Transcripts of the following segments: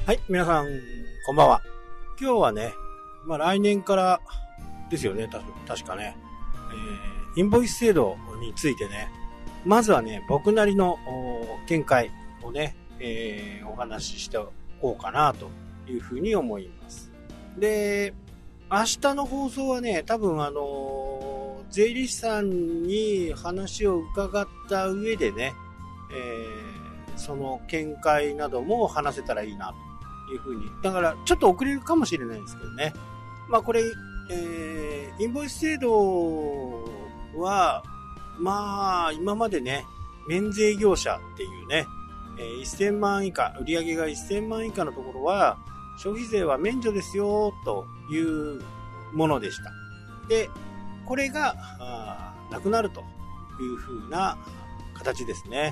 はい、皆さん、こんばんは。今日はね、来年からですよね、確かね、インボイス制度についてね、まずはね、僕なりの見解をね、お話ししておこうかなというふうに思います。で、明日の放送はね、多分税理士さんに話を伺った上でね、その見解なども話せたらいいなというふうに。だからちょっと遅れるかもしれないですけどね。これ、インボイス制度は、今までね、免税業者っていうね、1000万以下、売上が1000万以下のところは、消費税は免除ですよ、というものでした。で、これが、なくなるというふうな形ですね。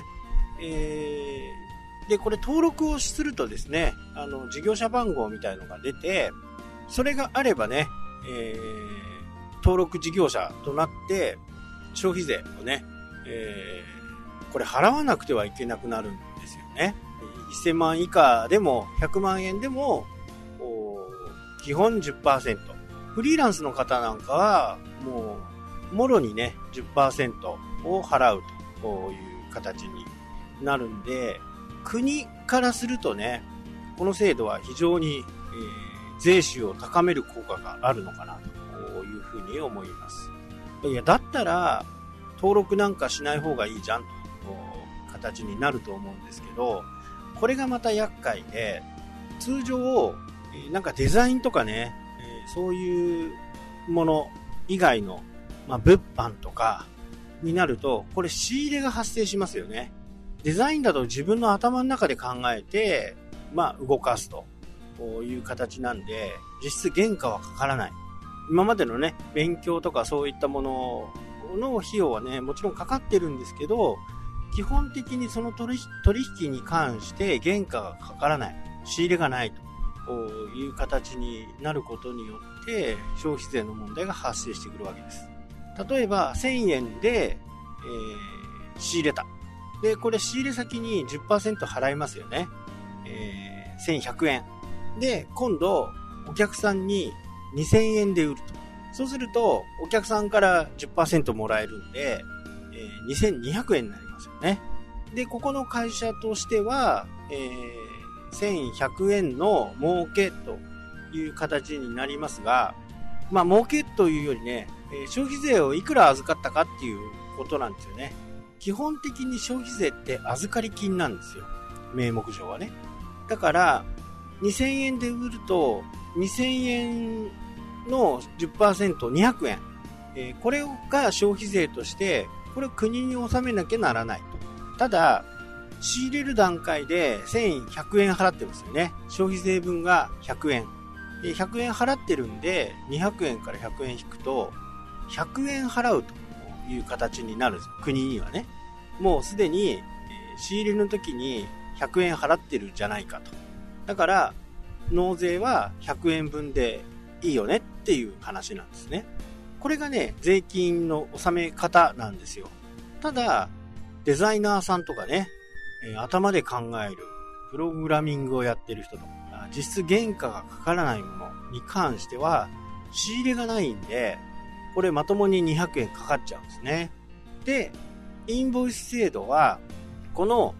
で、これ登録をするとですね、事業者番号みたいのが出て、それがあればね、登録事業者となって、消費税をね、これ払わなくてはいけなくなるんですよね。1000万以下でも100万円でも、基本 10%。フリーランスの方なんかは、もろにね、10% を払うという形になるんで、国からするとね、この制度は非常に、税収を高める効果があるのかなというふうに思います。いや、だったら登録なんかしない方がいいじゃんと形になると思うんですけど、これがまた厄介で、通常なんかデザインとかね、そういうもの以外の、物販とかになると、これ仕入れが発生しますよね。デザインだと自分の頭の中で考えて、動かすという形なんで、実質原価はかからない。今までのね、勉強とかそういったものの費用はね、もちろんかかってるんですけど、基本的にその取引に関して原価がかからない。仕入れがないという形になることによって、消費税の問題が発生してくるわけです。例えば、1000円で、仕入れた。で、これ仕入れ先に 10% 払いますよね。1100円。で、今度、お客さんに2000円で売ると。そうすると、お客さんから 10% もらえるんで、2200円になりますよね。で、ここの会社としては、1100円の儲けという形になりますが、儲けというよりね、消費税をいくら預かったかっていうことなんですよね。基本的に消費税って預かり金なんですよ。名目上はね。だから、2000円で売ると、2000円の 10%、200円。これが消費税として、これを国に納めなきゃならないと。ただ、仕入れる段階で1100円払ってますよね。消費税分が100円。100円払ってるんで、200円から100円引くと、100円払うという形になるんですよ。国にはね。もうすでに仕入れの時に100円払ってるじゃないかと。だから、納税は100円分でいいよねっていう話なんですね。これがね、税金の納め方なんですよ。ただ、デザイナーさんとかね、頭で考える、プログラミングをやってる人とか、実質原価がかからないものに関しては、仕入れがないんで、これまともに200円かかっちゃうんですね。で、インボイス制度は、この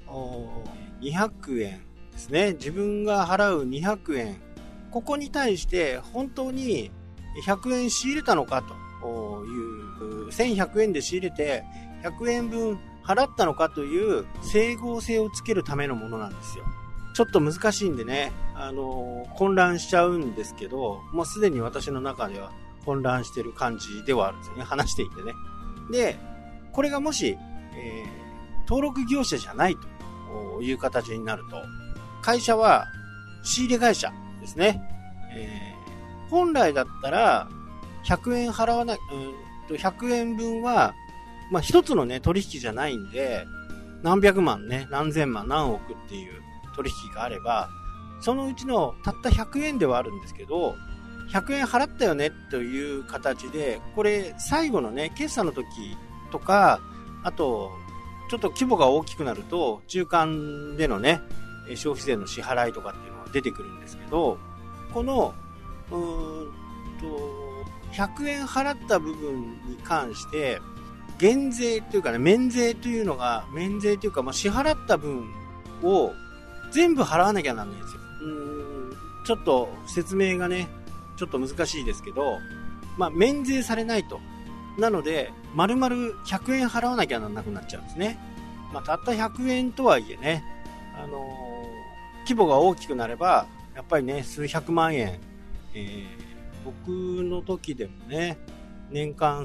200円ですね。自分が払う200円。ここに対して本当に100円仕入れたのかという、1100円で仕入れて100円分払ったのかという整合性をつけるためのものなんですよ。ちょっと難しいんでね、混乱しちゃうんですけど、もうすでに私の中では混乱してる感じではあるんですよね。話していてね。で、これがもし、登録業者じゃないという形になると、会社は仕入れ会社ですね。本来だったら100円払わない、100円分は、一つのね、取引じゃないんで、何百万ね、何千万、何億っていう取引があれば、そのうちのたった100円ではあるんですけど、100円払ったよねという形で、これ最後のね、決算の時とか、あと、ちょっと規模が大きくなると、中間でのね、消費税の支払いとかっていうのが出てくるんですけど、この100円払った部分に関して減税というかね、免税というか、支払った分を全部払わなきゃなんないんですよ。ちょっと説明がねちょっと難しいですけど、免税されないと。なので丸々100円払わなきゃならなくなっちゃうんですね。たった100円とはいえね、規模が大きくなればやっぱりね数百万円、僕の時でもね年間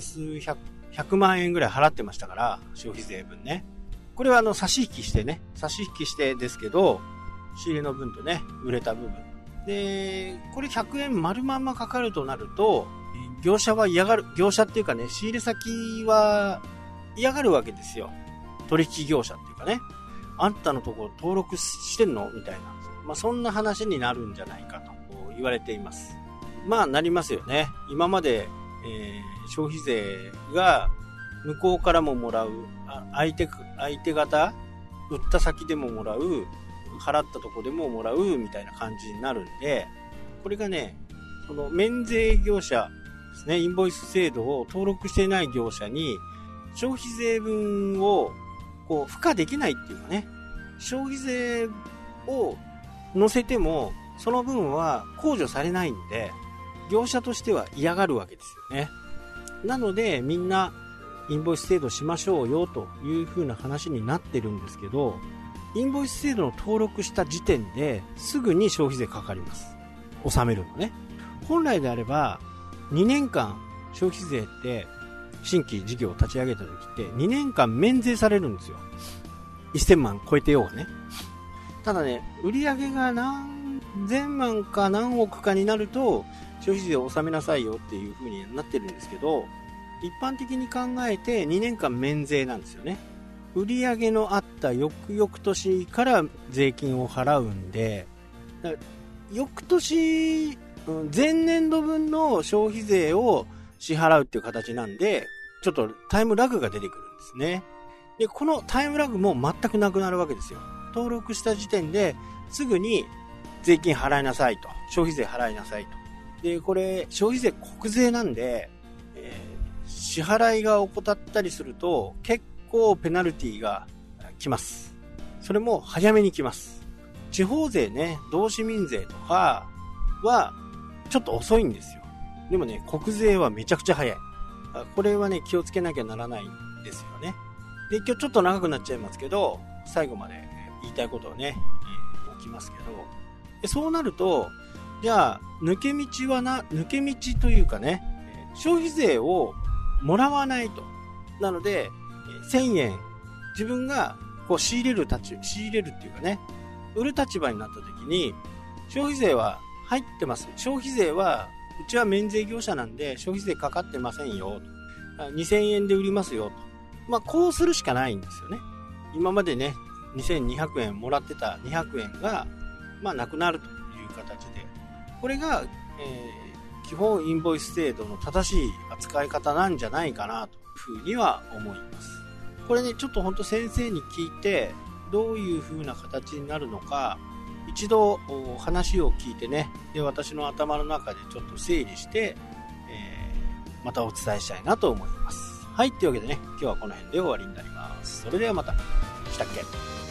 100万円ぐらい払ってましたから、消費税分ね。これは差し引きしてですけど、仕入れの分とね売れた部分で、これ100円丸まんまかかるとなると、業者は嫌がる。業者っていうかね、仕入れ先は嫌がるわけですよ。取引業者っていうかね、あんたのところ登録してんのみたいな、そんな話になるんじゃないかと言われています。なりますよね。今まで、消費税が向こうからももらう、相手方、売った先でももらう、払ったとこでももらうみたいな感じになるんで、これがね、その免税業者ですね、インボイス制度を登録していない業者に消費税分を付加できないっていうかね、消費税を乗せてもその分は控除されないんで、業者としては嫌がるわけですよね。なのでみんなインボイス制度しましょうよという風な話になってるんですけど、インボイス制度の登録した時点ですぐに消費税かかります。納めるのね。本来であれば2年間消費税って新規事業を立ち上げた時って2年間免税されるんですよ。1000万超えてようがね。ただね、売上が何千万か何億かになると消費税を納めなさいよっていう風になってるんですけど、一般的に考えて2年間免税なんですよね。売上のあった翌々年から税金を払うんで、翌年前年度分の消費税を支払うっていう形なんで、ちょっとタイムラグが出てくるんですね。で、このタイムラグも全くなくなるわけですよ。登録した時点ですぐに税金払いなさいと、消費税払いなさいと。で、これ消費税国税なんで、支払いが怠ったりすると結構ペナルティが来ます。それも早めに来ます。地方税ね、同市民税とかはちょっと遅いんですよ。でもね、国税はめちゃくちゃ早い。これはね、気をつけなきゃならないんですよね。で、今日ちょっと長くなっちゃいますけど、最後まで言いたいことをね、置きますけど、でそうなると、じゃあ抜け道というかね、消費税をもらわないと。なので1000円自分が仕入れるっていうかね、売る立場になった時に、消費税は入ってます。消費税はうちは免税業者なんで消費税かかってませんよと。2000円で売りますよと。こうするしかないんですよね。今までね、2200円もらってた200円がなくなるという形で、これが、基本インボイス制度の正しい扱い方なんじゃないかなというふうには思います。これね、ちょっと本当先生に聞いてどういう風な形になるのか、一度話を聞いてね、で私の頭の中でちょっと整理して、またお伝えしたいなと思います。はい、というわけでね、今日はこの辺で終わりになります。それではまた。したっけ。